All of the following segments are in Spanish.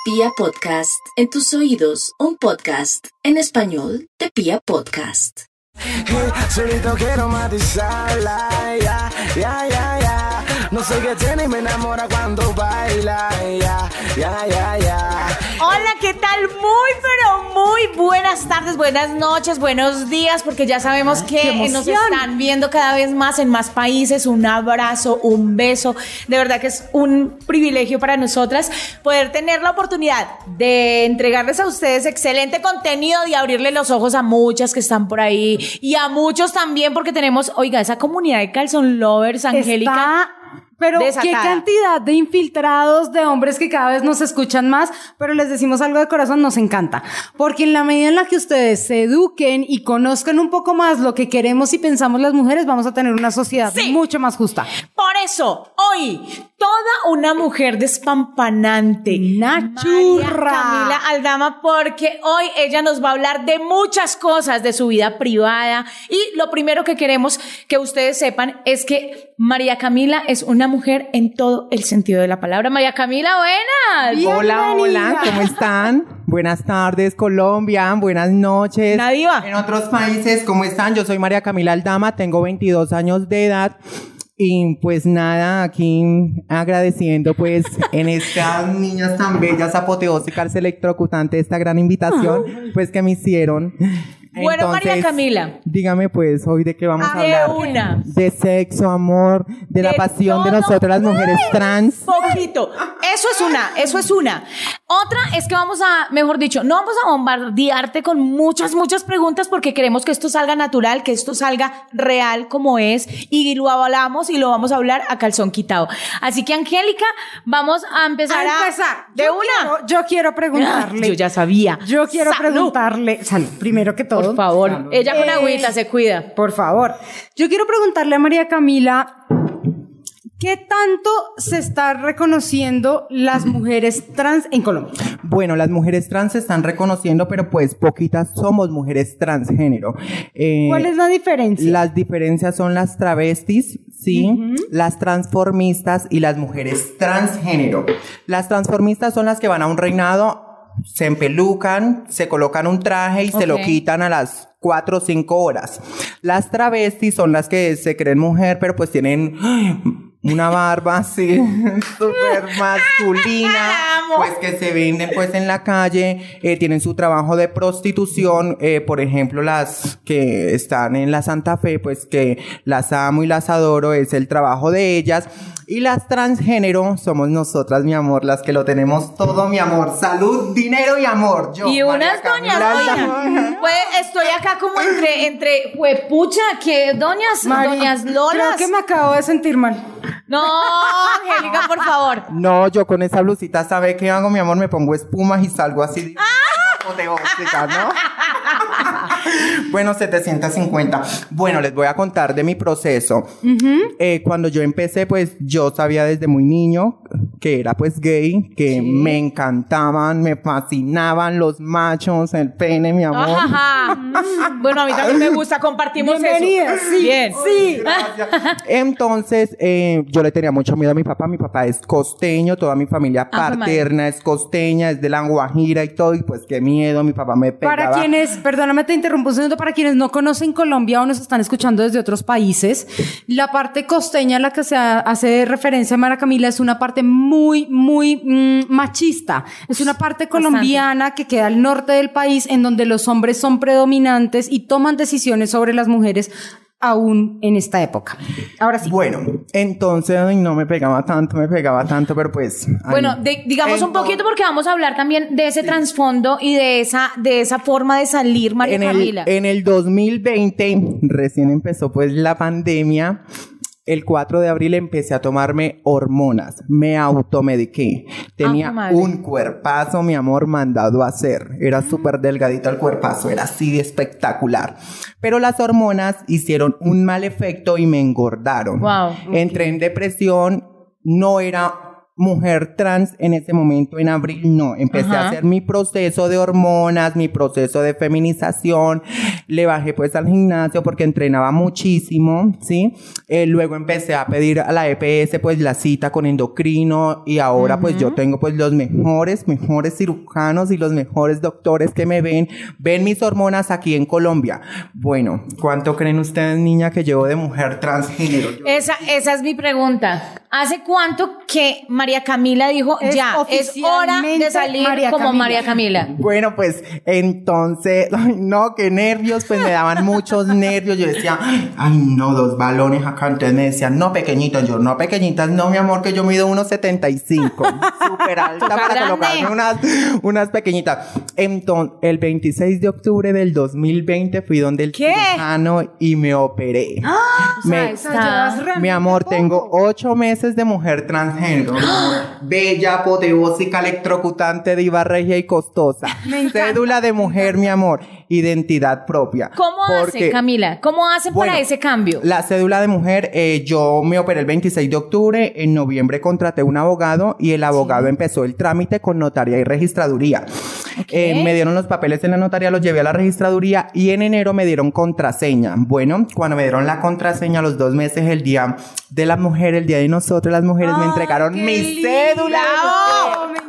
Pia Podcast, en tus oídos, un podcast en español de Pia Podcast. Hey, solito quiero matizarla, ya. No sé qué tiene y me enamora cuando baila, ya. Hola, ¿qué tal? Muy buenas tardes, buenas noches, buenos días, porque ya sabemos que nos están viendo cada vez más en más países. Un abrazo, un beso. De verdad que es un privilegio para nosotras poder tener la oportunidad de entregarles a ustedes excelente contenido y abrirle los ojos a muchas que están por ahí y a muchos también, porque tenemos, oiga, esa comunidad de calzón lovers, Angélica. Pero desatada. Qué cantidad de infiltrados de hombres que cada vez nos escuchan más, pero les decimos algo de corazón, nos encanta. Porque en la medida en la que ustedes se eduquen y conozcan un poco más lo que queremos y pensamos las mujeres, vamos a tener una sociedad mucho más justa. Por eso, hoy, toda una mujer despampanante, Una María churra. Camila Aldama, porque hoy ella nos va a hablar de muchas cosas de su vida privada. Y lo primero que queremos que ustedes sepan es que María Camila es una mujer en todo el sentido de la palabra. María Camila, buenas. Hola, ¿cómo están? Buenas tardes, Colombia, buenas noches. Nadiva. En otros países, ¿cómo están? Yo soy María Camila Aldama, tengo 22 años de edad. Y pues nada, aquí agradeciendo pues en estas niñas tan bellas, apoteósicas, electrocutantes, esta gran invitación pues que me hicieron. Bueno, María Camila. Dígame pues hoy de qué vamos a hablar. Una. De sexo, amor, de la pasión de nosotras las mujeres trans. Poquito. Eso es una. Otra es que vamos a, mejor dicho, no vamos a bombardearte con muchas preguntas porque queremos que esto salga natural, que esto salga real como es, y lo hablamos y lo vamos a hablar a calzón quitado. Así que, Angélica, vamos a empezar Yo quiero preguntarle. Yo ya sabía. Yo quiero Salud. preguntarle. Salud, primero que todo. Por favor. Salud. Ella con agüita se cuida. Por favor. Yo quiero preguntarle a María Camila, ¿qué tanto se está reconociendo las mujeres trans en Colombia? Bueno, las mujeres trans se están reconociendo, pero pues poquitas somos mujeres transgénero. ¿Cuál es la diferencia? Las diferencias son las travestis, ¿sí? Las transformistas y las mujeres transgénero. Las transformistas son las que van a un reinado, se empelucan, se colocan un traje y se lo quitan a las 4 o 5 horas. Las travestis son las que se creen mujer, pero pues tienen una barba así súper masculina, pues que se venden pues en la calle, tienen su trabajo de prostitución, por ejemplo las que están en la Santa Fe, pues que las amo y las adoro, es el trabajo de ellas. Y las transgénero somos nosotras, mi amor, las que lo tenemos todo, mi amor. Salud, dinero y amor. Yo, Y unas María doñas, Camila oigan, pues estoy acá como entre huepucha, que doñas lolas. Creo que me acabo de sentir mal. No, Angélica, por favor. No, yo con esa blusita, ¿sabe qué hago, mi amor? Me pongo espumas y salgo así. Apoteósica, ¿no? Bueno, 750. Bueno, les voy a contar de mi proceso. Cuando yo empecé, pues yo sabía desde muy niño que era pues gay, que me encantaban, me fascinaban los machos, el pene, mi amor. Ajá. Bueno, a mí también me gusta, compartimos Bienvenida, eso. sí, Bien. sí. Entonces, yo le tenía mucho miedo a mi papá. Mi papá es costeño, toda mi familia paterna es costeña, es de La Guajira y todo, y pues qué miedo, mi papá me pegaba. Para quienes, perdóname, te interrumpo un segundo, para quienes no conocen Colombia o nos están escuchando desde otros países, la parte costeña a la que se hace referencia María Camila es una parte muy machista. Es una parte colombiana que queda al norte del país en donde los hombres son predominantes y toman decisiones sobre las mujeres aún en esta época. Ahora sí. Bueno, entonces, no me pegaba tanto, pero pues... Bueno, digamos un poquito porque vamos a hablar también de ese trasfondo y de esa forma de salir, María Camila. En el 2020, recién empezó pues la pandemia. El 4 de abril empecé a tomarme hormonas, me automediqué. Tenía un cuerpazo, mi amor, mandado a hacer. Era súper delgadito el cuerpazo, era así de espectacular. Pero las hormonas hicieron un mal efecto y me engordaron. Wow. Entré en depresión, no era mujer trans en ese momento, en abril, no. Empecé a hacer mi proceso de hormonas, mi proceso de feminización. Le bajé pues al gimnasio porque entrenaba muchísimo, ¿sí? Luego empecé a pedir a la EPS pues la cita con endocrino y ahora pues yo tengo pues los mejores cirujanos y los mejores doctores que me ven mis hormonas aquí en Colombia. Bueno, ¿cuánto creen ustedes, niña, que llevo de mujer transgénero? Esa es mi pregunta. ¿Hace cuánto que María Camila dijo ya es hora de salir como María Camila? Bueno, pues entonces, ay no, qué nervios, pues me daban muchos nervios. Yo decía, ay no, 2 balones acá. Entonces me decían, no pequeñitas. Yo, no pequeñitas, no, mi amor, que yo mido 1.75. Súper alta para colocarme unas pequeñitas. Entonces, el 26 de octubre del 2020 fui donde el cirujano y me operé. Mi amor, tengo 8 meses de mujer transgénero. Bella, apoteósica, electrocutante, diva regia y costosa. Cédula de mujer, mi amor. Identidad propia. ¿Cómo hace, Camila? ¿Cómo hacen para ese cambio? La cédula de mujer, yo me operé el 26 de octubre. En noviembre contraté un abogado y el abogado empezó el trámite con notaría y registraduría. Me dieron los papeles en la notaría, los llevé a la registraduría y en enero me dieron contraseña. Bueno, cuando me dieron la contraseña, a los 2 meses, el día de la mujer, el día de nosotras las mujeres, me entregaron mi cédula de mujer.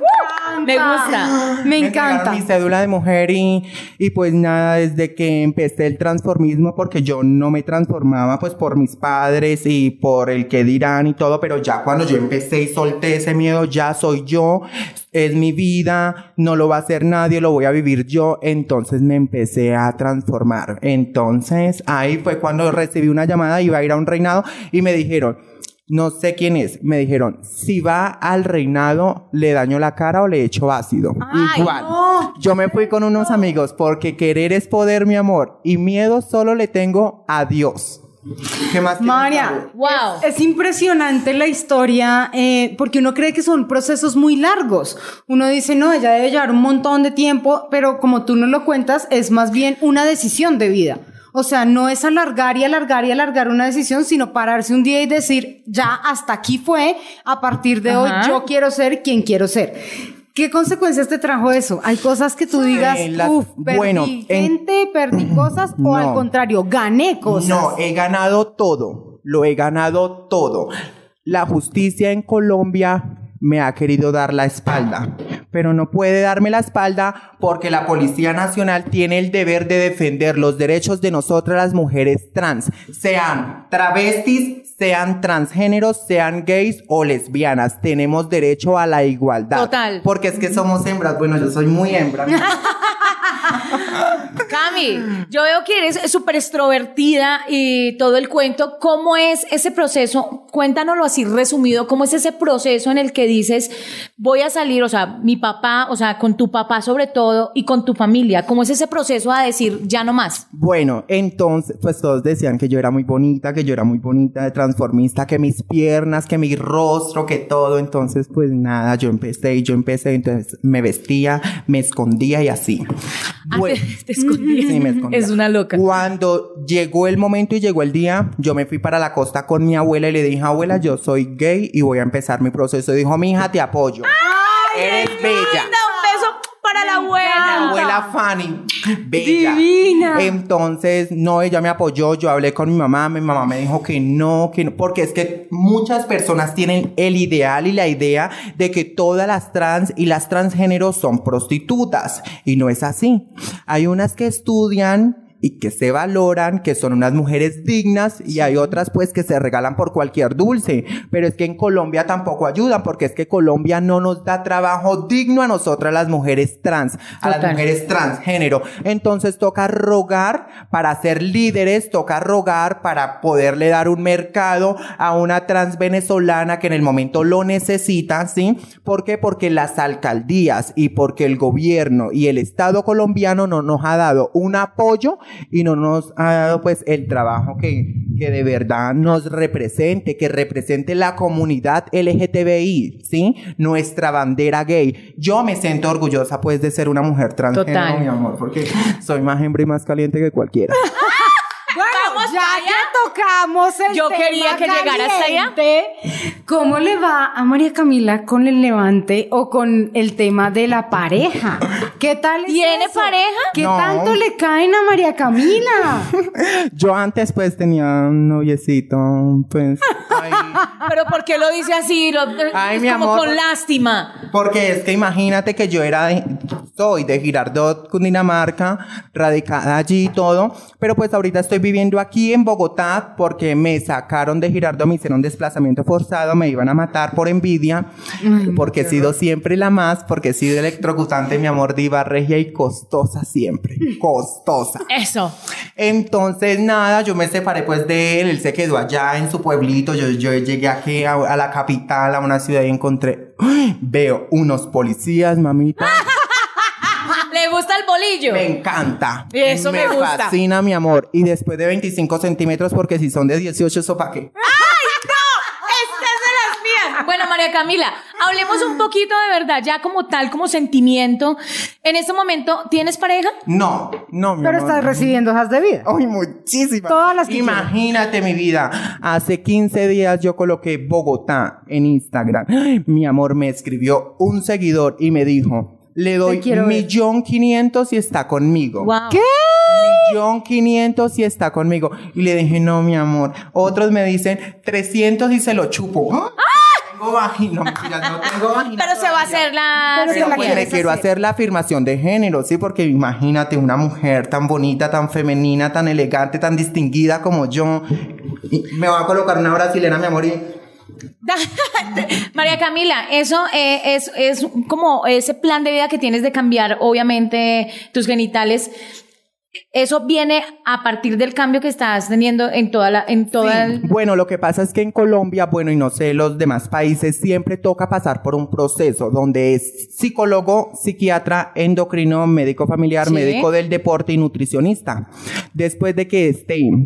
Me encanta. Mi cédula de mujer y pues nada, desde que empecé el transformismo, porque yo no me transformaba pues por mis padres y por el que dirán y todo, pero ya cuando yo empecé y solté ese miedo, ya soy yo, es mi vida, no lo va a hacer nadie, lo voy a vivir yo, entonces me empecé a transformar. Entonces ahí fue cuando recibí una llamada, iba a ir a un reinado y me dijeron, no sé quién es, me dijeron, si va al reinado, le daño la cara o le echo ácido. Ay, igual. No. Yo me fui con unos amigos porque querer es poder, mi amor, y miedo solo le tengo a Dios. ¿Qué más? María, wow. Es impresionante la historia, porque uno cree que son procesos muy largos. Uno dice, no, ella debe llevar un montón de tiempo, pero como tú nos lo cuentas, es más bien una decisión de vida. O sea, no es alargar y alargar y alargar una decisión, sino pararse un día y decir, ya hasta aquí fue, a partir de hoy yo quiero ser quien quiero ser. ¿Qué consecuencias te trajo eso? ¿Hay cosas que tú digas, perdí gente, perdí cosas, o al contrario, gané cosas? No, he ganado todo, lo he ganado todo. La justicia en Colombia me ha querido dar la espalda, pero no puede darme la espalda porque la Policía Nacional tiene el deber de defender los derechos de nosotras las mujeres trans, sean travestis, sean transgéneros, sean gays o lesbianas. Tenemos derecho a la igualdad. Total. Porque es que somos hembras. Bueno, yo soy muy hembra. Cami, yo veo que eres súper extrovertida y todo el cuento. ¿Cómo es ese proceso? Cuéntanoslo así resumido. ¿Cómo es ese proceso en el que dices, voy a salir, o sea, mi papá, o sea, con tu papá sobre todo y con tu familia? ¿Cómo es ese proceso a decir, ya no más? Bueno, entonces, pues todos decían que yo era muy bonita, de transformista, que mis piernas, que mi rostro, que todo. Entonces, pues nada, yo empecé, entonces me vestía, me escondía y así. Bueno, te escondí. Sí, me escondía. Es una loca. Cuando llegó el momento y llegó el día, yo me fui para la costa con mi abuela y le dije, abuela, yo soy gay y voy a empezar mi proceso. Y dijo, mija, te apoyo. ¡Ay, eres bella! Un beso para la abuela. La abuela Fanny, bella. Divina. Entonces, no, ella me apoyó, yo hablé con mi mamá me dijo que no, porque es que muchas personas tienen el ideal y la idea de que todas las trans y las transgéneros son prostitutas, y no es así. Hay unas que estudian y que se valoran, que son unas mujeres dignas, y hay otras pues que se regalan por cualquier dulce, pero es que en Colombia tampoco ayudan, porque es que Colombia no nos da trabajo digno a nosotras las mujeres trans, a las mujeres transgénero. Entonces toca rogar para ser líderes, toca rogar para poderle dar un mercado a una trans venezolana que en el momento lo necesita, ¿sí? ¿Por qué? Porque las alcaldías y porque el gobierno y el Estado colombiano no nos ha dado un apoyo y no nos ha dado pues el trabajo que de verdad nos represente, que represente la comunidad LGTBI, ¿sí? Nuestra bandera gay. Yo me siento orgullosa pues de ser una mujer transgénero, mi amor, porque soy más hembra y más caliente que cualquiera. Bueno, vamos ya allá. que tocamos el Yo tema quería que llegara hasta allá. caliente. ¿Cómo le va a María Camila con el levante o con el tema de la pareja? ¿Qué tal es ¿Tiene eso? pareja? ¿Qué No. tanto le caen a María Camila? Yo antes pues tenía un noviecito, pues... ay, Pero ¿por qué lo dice así? Ay, Es mi como amor. con lástima. porque es que imagínate que yo soy de Girardot, Cundinamarca, radicada allí y todo, pero pues ahorita estoy viviendo aquí en Bogotá porque me sacaron de Girardot, me hicieron desplazamiento forzado, me iban a matar por envidia, porque he sido siempre la más, porque he sido electrocutante, mi amor, diva regia y costosa siempre, costosa. Eso. Entonces, nada, yo me separé pues de él se quedó allá en su pueblito, yo llegué aquí a la capital, a una ciudad y encontré, ¡ay! Veo unos policías, mamita, ¿Le gusta el bolillo? me encanta, Eso me gusta. fascina, mi amor, y después de 25 centímetros, porque si son de 18, ¿eso para qué? Esta es de las mías. Bueno, María Camila, hablemos un poquito de verdad, ya como tal, como sentimiento. En este momento, ¿tienes pareja? No, mi Pero amor, estás no. recibiendo hojas de vida. Ay, muchísimas. Todas las que Imagínate mi vida. Hace 15 días yo coloqué Bogotá en Instagram. Ay, mi amor, me escribió un seguidor y me dijo, le doy Te quiero ver. 1.500.000 si está conmigo. Wow. ¿Qué? 1.500.000 si está conmigo. Y le dije, no, mi amor. Otros me dicen 300 y se lo chupo. ¡Ah! Tengo vagina. No, mentiras, no tengo vagina. Pero se va a hacer la... Pero se Pero la pues quieres le quiero hacer. hacer la afirmación de género, sí, porque imagínate una mujer tan bonita, tan femenina, tan elegante, tan distinguida como yo. Y me va a colocar una brasilera, mi amor, y... María Camila, eso es como ese plan de vida que tienes de cambiar, obviamente, tus genitales. Eso viene a partir del cambio que estás teniendo en toda Sí. Bueno, lo que pasa es que en Colombia, bueno, y no sé, los demás países, siempre toca pasar por un proceso donde es psicólogo, psiquiatra, endocrino, médico familiar, Sí. médico del deporte y nutricionista. Después de que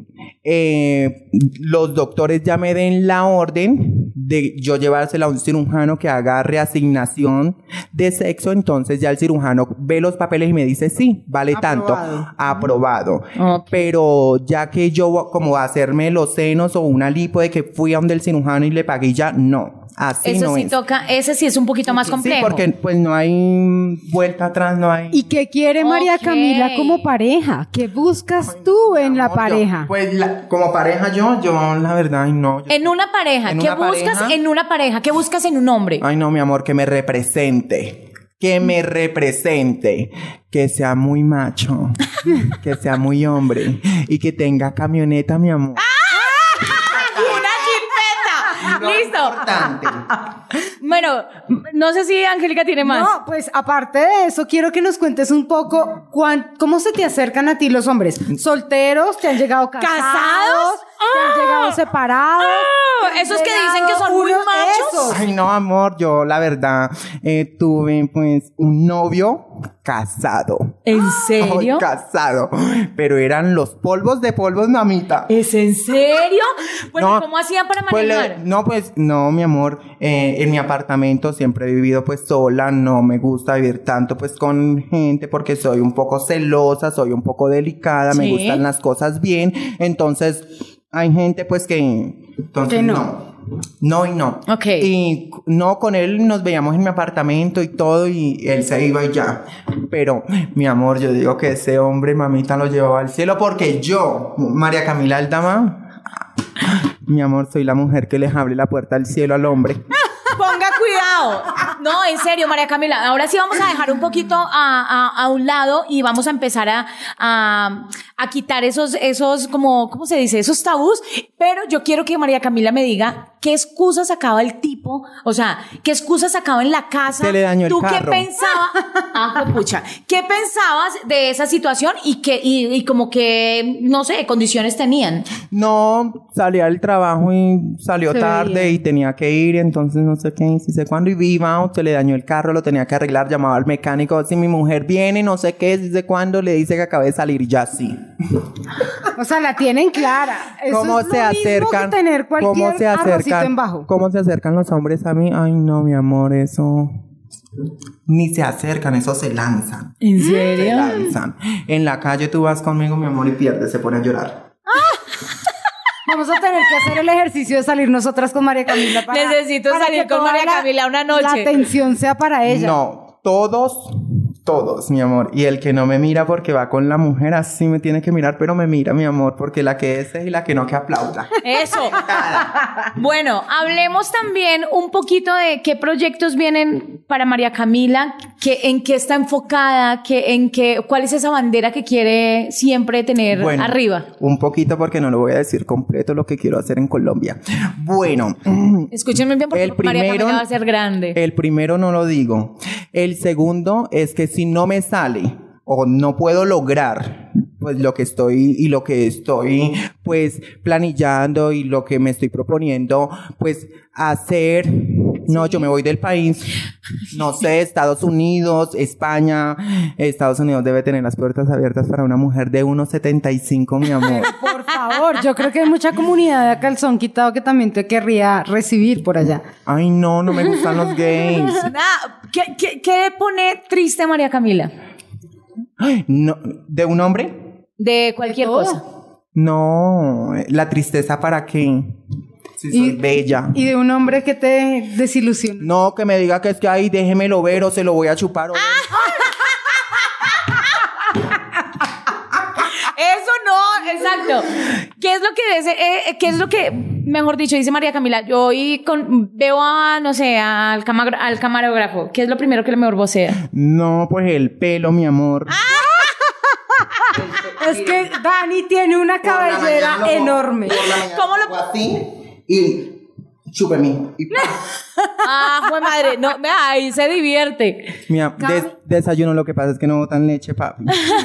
los doctores ya me den la orden de yo llevársela a un cirujano que haga reasignación de sexo, entonces ya el cirujano ve los papeles y me dice, sí, vale tanto. Aprobado. Ok. Pero ya que yo como hacerme los senos o una lipo de que fui a donde el cirujano y le pagué ya, no. Así Eso no sí es. toca, ese sí es un poquito más complejo. Sí, porque pues no hay vuelta atrás, no hay... ¿Y qué quiere María Ok. Camila como pareja? ¿Qué buscas tú en la Amor, yo- pareja? pues como pareja yo la verdad, ay no. En una pareja, ¿En ¿qué una buscas pareja? en una pareja? ¿Qué buscas en un hombre? Ay no, mi amor, que me represente. Que me represente, que sea muy macho, que sea muy hombre y que tenga camioneta, mi amor. ¡Una jipeta! ¡Listo! Importante. Bueno, no sé si Angélica tiene más. No, pues aparte de eso, quiero que nos cuentes un poco cómo se te acercan a ti los hombres. ¿Solteros? ¿Te han llegado casados? ¿Casados? ¿Te han llegado separados? Esos que dicen que son muy Unos machos. esos. Ay, no, amor, yo la verdad tuve pues un novio casado. ¿En Ay, serio? casado. Pero eran los polvos de polvos, mamita. ¿Es en serio? Bueno, No, ¿cómo hacían para Pues, manejar? no, mi amor, en mi apartamento siempre he vivido pues sola, no me gusta vivir tanto pues con gente porque soy un poco celosa, soy un poco delicada, me Sí. gustan las cosas bien, entonces hay gente pues que... Entonces, Que no. No y no. Ok. Y no, con él nos veíamos en mi apartamento y todo y él se iba y ya. Pero, mi amor, yo digo que ese hombre, mamita, lo llevaba al cielo porque yo, María Camila Aldama, mi amor, soy la mujer que les abre la puerta al cielo al hombre. Ponga cuidado. No, en serio, María Camila. Ahora sí vamos a dejar un poquito a un lado y vamos a empezar a quitar esos como, ¿cómo se dice? Esos tabús. Pero yo quiero que María Camila me diga qué excusas sacaba el tipo. O sea, qué excusas sacaba en la casa. Se le dañó el ¿Tú carro. qué pensabas? Pucha. ¿Qué pensabas de esa situación y como que, no sé, condiciones tenían? No, salía del trabajo y salió Se tarde veía. y tenía que ir, entonces no sé qué, y si sé cuándo, y viva, se le dañó el carro, lo tenía que arreglar, llamaba al mecánico, si mi mujer viene, no sé qué, si sé cuándo, le dice que acabé de salir y ya sí. O sea, la tienen clara. Eso ¿Cómo es lo se mismo acercan? que tener cualquier arrocito en bajo. ¿Cómo se acercan los hombres a mí? Ay, no, mi amor, eso... Ni se acercan, eso se lanzan. ¿En Se lanzan. En la calle tú vas conmigo, mi amor, y pierdes, se pone a llorar. Vamos a tener que hacer el ejercicio de salir nosotras con María Camila. Necesito salir con María Camila una noche. La atención sea para ella. No, todos, mi amor. Y el que no me mira porque va con la mujer, así me tiene que mirar, pero me mira, mi amor, porque la que es y la que no, que aplauda. Eso. Bueno, hablemos también un poquito de qué proyectos vienen para María Camila, en qué está enfocada, cuál es esa bandera que quiere siempre tener arriba. Un poquito porque no lo voy a decir completo lo que quiero hacer en Colombia. Bueno. Escúchenme bien porque María Camila va a ser grande. El primero no lo digo. El segundo es que si no me sale o no puedo lograr pues lo que estoy pues planillando y lo que me estoy proponiendo pues hacer, no, yo me voy del país, no sé, Estados Unidos, España. Estados Unidos debe tener las puertas abiertas para una mujer de 1.75, mi amor. Por favor, yo creo que hay mucha comunidad de calzón quitado que también te querría recibir por allá. Ay, no me gustan los gays. ¿Qué le pone triste a María Camila? Ay, no, ¿de un hombre? De cualquier cosa. No, la tristeza ¿para qué? Si soy bella. ¿Y de un hombre que te desilusiona? No, que me diga que es que ahí déjemelo ver o se lo voy a chupar. Eso no, exacto. ¿Qué es lo que, mejor dicho, dice María Camila? Yo hoy veo al camarógrafo. ¿Qué es lo primero que le mejor vocea? No, pues el pelo, mi amor. Es que Dani tiene una cabellera enorme. ¿Cómo lo hago así? Y chúpeme. Jue madre, no, ahí se divierte. Mira, desayuno, lo que pasa es que no botan leche, papi.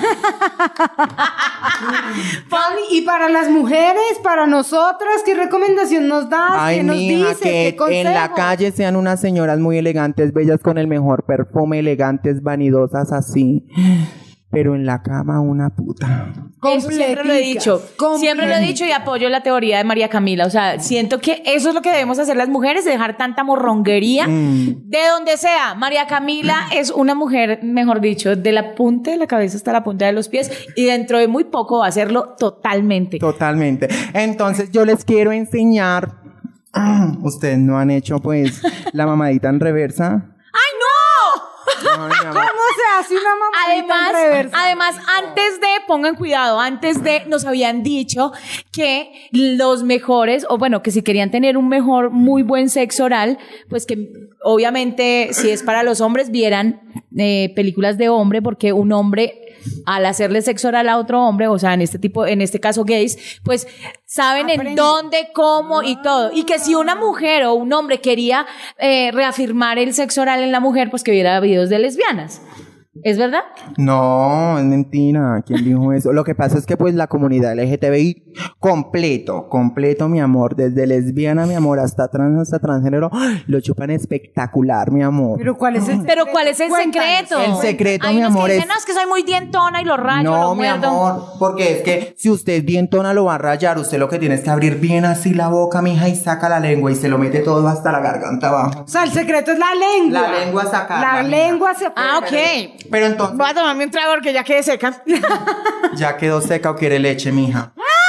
Y para las mujeres, para nosotras, ¿qué recomendación nos das? Ay, ¿Qué nos mija, dices? que ¿Qué consejo? en la calle sean unas señoras muy elegantes, bellas, con el mejor perfume, elegantes, vanidosas, así. Pero en la cama una puta. Eso siempre lo he dicho. Siempre lo he dicho y apoyo la teoría de María Camila. O sea, siento que eso es lo que debemos hacer las mujeres, dejar tanta morronguería de donde sea. María Camila es una mujer, mejor dicho, de la punta de la cabeza hasta la punta de los pies y dentro de muy poco va a hacerlo totalmente. Totalmente. Entonces yo les quiero enseñar. Ustedes no han hecho pues la mamadita en reversa. ¿Cómo se hace una mamadita en reversa? Además, pongan cuidado, nos habían dicho que los mejores, o bueno, que si querían tener muy buen sexo oral, pues que obviamente si es para los hombres vieran películas de hombre, porque un hombre al hacerle sexo oral a otro hombre, o sea, en este caso gays, pues saben en dónde, cómo y todo. Y que si una mujer o un hombre quería reafirmar el sexo oral en la mujer, pues que viera videos de lesbianas. ¿Es verdad? No, es mentira. ¿Quién dijo eso? Lo que pasa es que pues la comunidad LGTBI completo, mi amor, desde lesbiana, mi amor, hasta transgénero, lo chupan espectacular, mi amor. ¿Pero cuál es el secreto? El secreto, Hay mi amor, que dicen, no, es que soy muy dientona y lo rayo, no, lo muerdo. mi amor, porque es que si usted es dientona lo va a rayar, usted lo que tiene es que abrir bien así la boca, mija, y saca la lengua y se lo mete todo hasta la garganta abajo. O sea, el secreto es la lengua. La lengua sacarla. La lengua se... ok. Pero entonces... Voy a tomarme un trago porque ya quedé seca. Ya quedó seca o quiere leche, mija.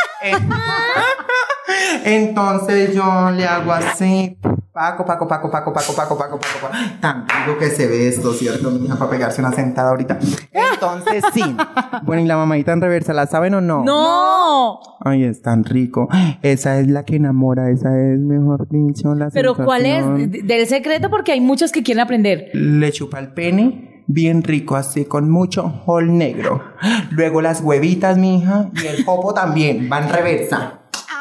Entonces yo le hago así. Paco. Tan rico que se ve esto, ¿cierto, mija? Para pegarse una sentada ahorita. Entonces sí. Bueno, ¿y la mamadita en reversa la saben o no? ¡No! Ay, es tan rico. Esa es la que enamora, esa es, mejor dicho, la Pero sensación. ¿cuál es? Del secreto, porque hay muchos que quieren aprender. Le chupa el pene, bien rico, así, con mucho hol negro. Luego las huevitas, mija, y el popo también, va en reversa.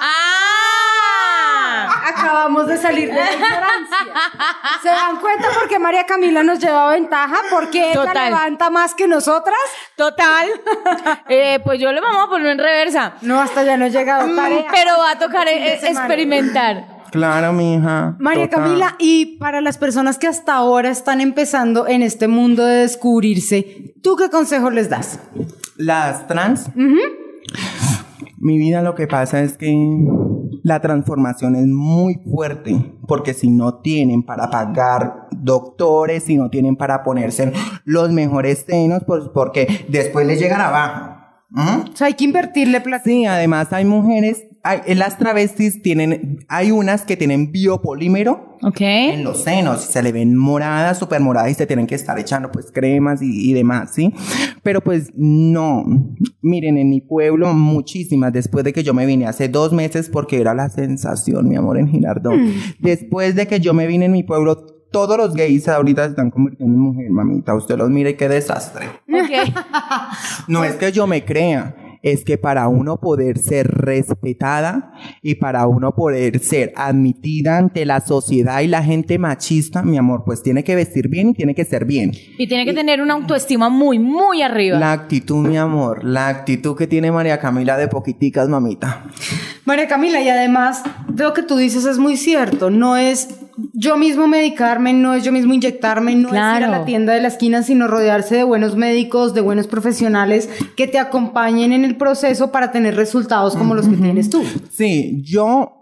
Acabamos de salir de la ignorancia. ¿Se dan cuenta por qué María Camila nos lleva ventaja? Porque ella levanta más que nosotras. Total. Pues yo le vamos a poner en reversa. No, hasta ya no he llegado tarea. Pero va a tocar experimentar. Claro, mija. María Camila, y para las personas que hasta ahora están empezando en este mundo de descubrirse, ¿tú qué consejo les das? Las trans. Mi vida, lo que pasa es que la transformación es muy fuerte, porque si no tienen para pagar doctores, si no tienen para ponerse los mejores senos, pues porque después les llegan abajo. O sea, hay que invertirle plata. Sí, además hay mujeres las travestis hay unas que tienen biopolímero en los senos, se le ven moradas, súper moradas, y se tienen que estar echando pues cremas y demás, ¿sí? Pero pues no, miren, en mi pueblo muchísimas, después de que yo me vine hace 2 meses, porque era la sensación, mi amor, en Girardot, después de que yo me vine en mi pueblo, todos los gays ahorita se están convirtiendo en mujer, mamita, usted los mira y qué desastre. No es que yo me crea, es que para uno poder ser respetada y para uno poder ser admitida ante la sociedad y la gente machista, mi amor, pues tiene que vestir bien y tiene que ser bien. Y tiene que tener una autoestima muy, muy arriba. La actitud, mi amor, la actitud que tiene María Camila de poquiticas, mamita. María Camila, y además, lo que tú dices es muy cierto, no es yo mismo medicarme, no es yo mismo inyectarme, no es ir a la tienda de la esquina, sino rodearse de buenos médicos, de buenos profesionales que te acompañen en el proceso para tener resultados como los que tienes tú. Sí, yo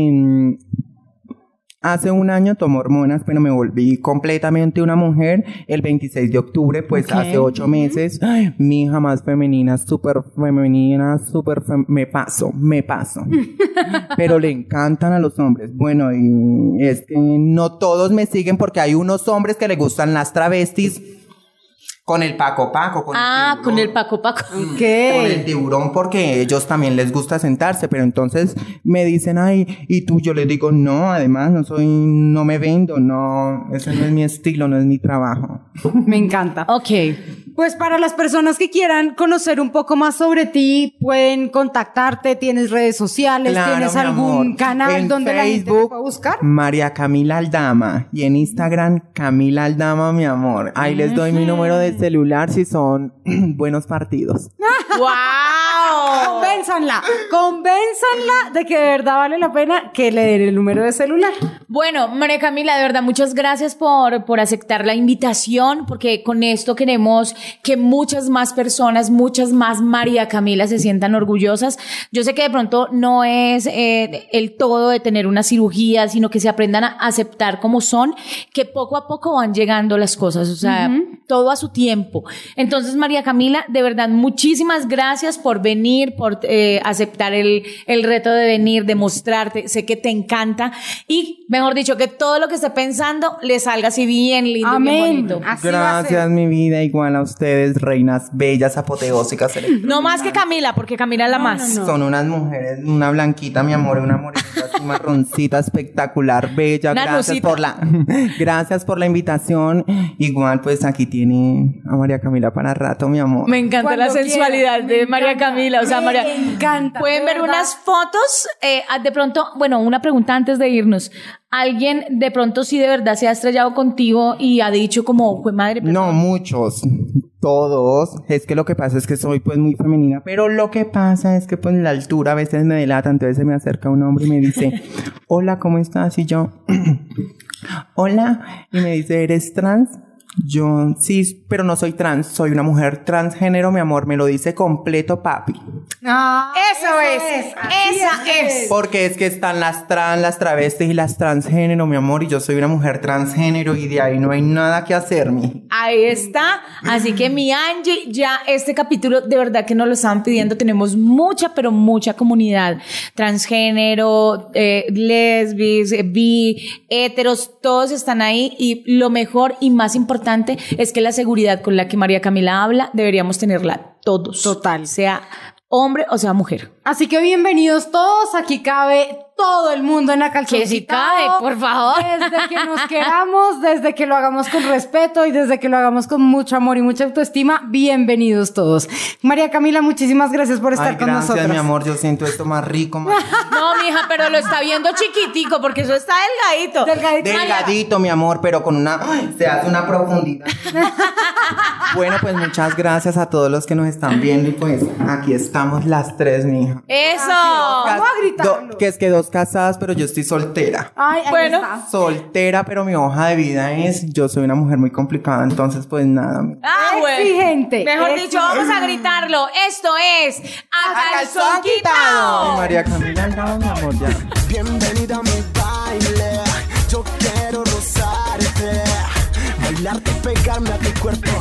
hace 1 año tomé hormonas, pero me volví completamente una mujer. El 26 de octubre, pues hace 8 meses, mi hija más femenina, súper femenina, me paso. Pero le encantan a los hombres. Bueno, y es que no todos me siguen porque hay unos hombres que le gustan las travestis. Con el Paco, con el Paco. Con el tiburón, porque ellos también les gusta sentarse, pero entonces me dicen, ay, ¿y tú? Yo les digo, no, además no me vendo, no, ese no es mi estilo, no es mi trabajo. Me encanta. Ok. Pues para las personas que quieran conocer un poco más sobre ti, pueden contactarte, tienes redes sociales, claro, tienes algún canal en donde Facebook, la gente te pueda buscar. María Camila Aldama, y en Instagram, Camila Aldama, mi amor. Ahí les doy mi número de celular si son buenos partidos. ¡Wow! Convénzanla de que de verdad vale la pena que le den el número de celular. Bueno, María Camila, de verdad, muchas gracias por aceptar la invitación, porque con esto queremos que muchas más personas, muchas más María Camila se sientan orgullosas. Yo sé que de pronto no es el todo de tener una cirugía, sino que se aprendan a aceptar como son, que poco a poco van llegando las cosas, o sea, todo a su tiempo. Entonces, María Camila, de verdad, muchísimas gracias por venir, por aceptar el reto de venir, de mostrarte. Sé que te encanta y, mejor dicho, que todo lo que esté pensando le salga así bien lindo. Amén. Y bien bonito. Así gracias, mi vida, igual a ustedes, reinas bellas, apoteósicas. No más que Camila, porque Camila es la más. No. Son unas mujeres, una blanquita, mi amor, y una morenita así marroncita, espectacular, bella. Gracias por la invitación. Igual, pues aquí tiene a María Camila para rato, mi amor. Me encanta Cuando la sensualidad quiera, de María Camila. O sea, María. Me encanta. Pueden ver unas fotos. De pronto, bueno, una pregunta antes de irnos. ¿Alguien de pronto sí de verdad se ha estrellado contigo y ha dicho como, pues madre? No, muchos. Todos. Es que lo que pasa es que soy pues muy femenina, pero lo que pasa es que pues la altura a veces me delata, entonces se me acerca un hombre y me dice, hola, ¿cómo estás? Y yo, hola, y me dice, ¿eres trans? Yo, sí, pero no soy trans, soy una mujer transgénero, mi amor, me lo dice completo papi. Esa es. Porque es que están las trans, las travestis y las transgénero, mi amor, y yo soy una mujer transgénero y de ahí no hay nada que hacerme. Ahí está. Así que mi Angie, ya este capítulo de verdad que nos lo estaban pidiendo. Tenemos mucha, pero mucha comunidad transgénero, lesbis, bi, heteros, todos están ahí y lo mejor y más importante es que la seguridad con la que María Camila habla deberíamos tenerla todos. Total. Sea hombre o sea mujer. Así que bienvenidos todos, aquí cabe todo el mundo en la calzoncita. Que si cabe, por favor. Desde que nos queramos, desde que lo hagamos con respeto y desde que lo hagamos con mucho amor y mucha autoestima, bienvenidos todos. María Camila, muchísimas gracias por estar con nosotros. Gracias, mi amor, yo siento esto más rico, más rico. No, mija, pero lo está viendo chiquitico porque eso está delgadito. Delgadito, mi amor, pero con se hace una profundidad. Bueno, pues muchas gracias a todos los que nos están viendo y pues aquí estamos las tres, mija. ¡Eso! Vamos a gritarlo. Que es que 2 casadas, pero yo estoy soltera. Ay, ahí Bueno. está. Soltera, pero mi hoja de vida es, yo soy una mujer muy complicada, entonces pues nada. Exigente. Mejor dicho, vamos a gritarlo. Esto es A Calzón Quitado. María Camila, no, mi amor, ya. Bienvenida a mi baile. Yo quiero rozarte, bailarte, pegarme a tu cuerpo.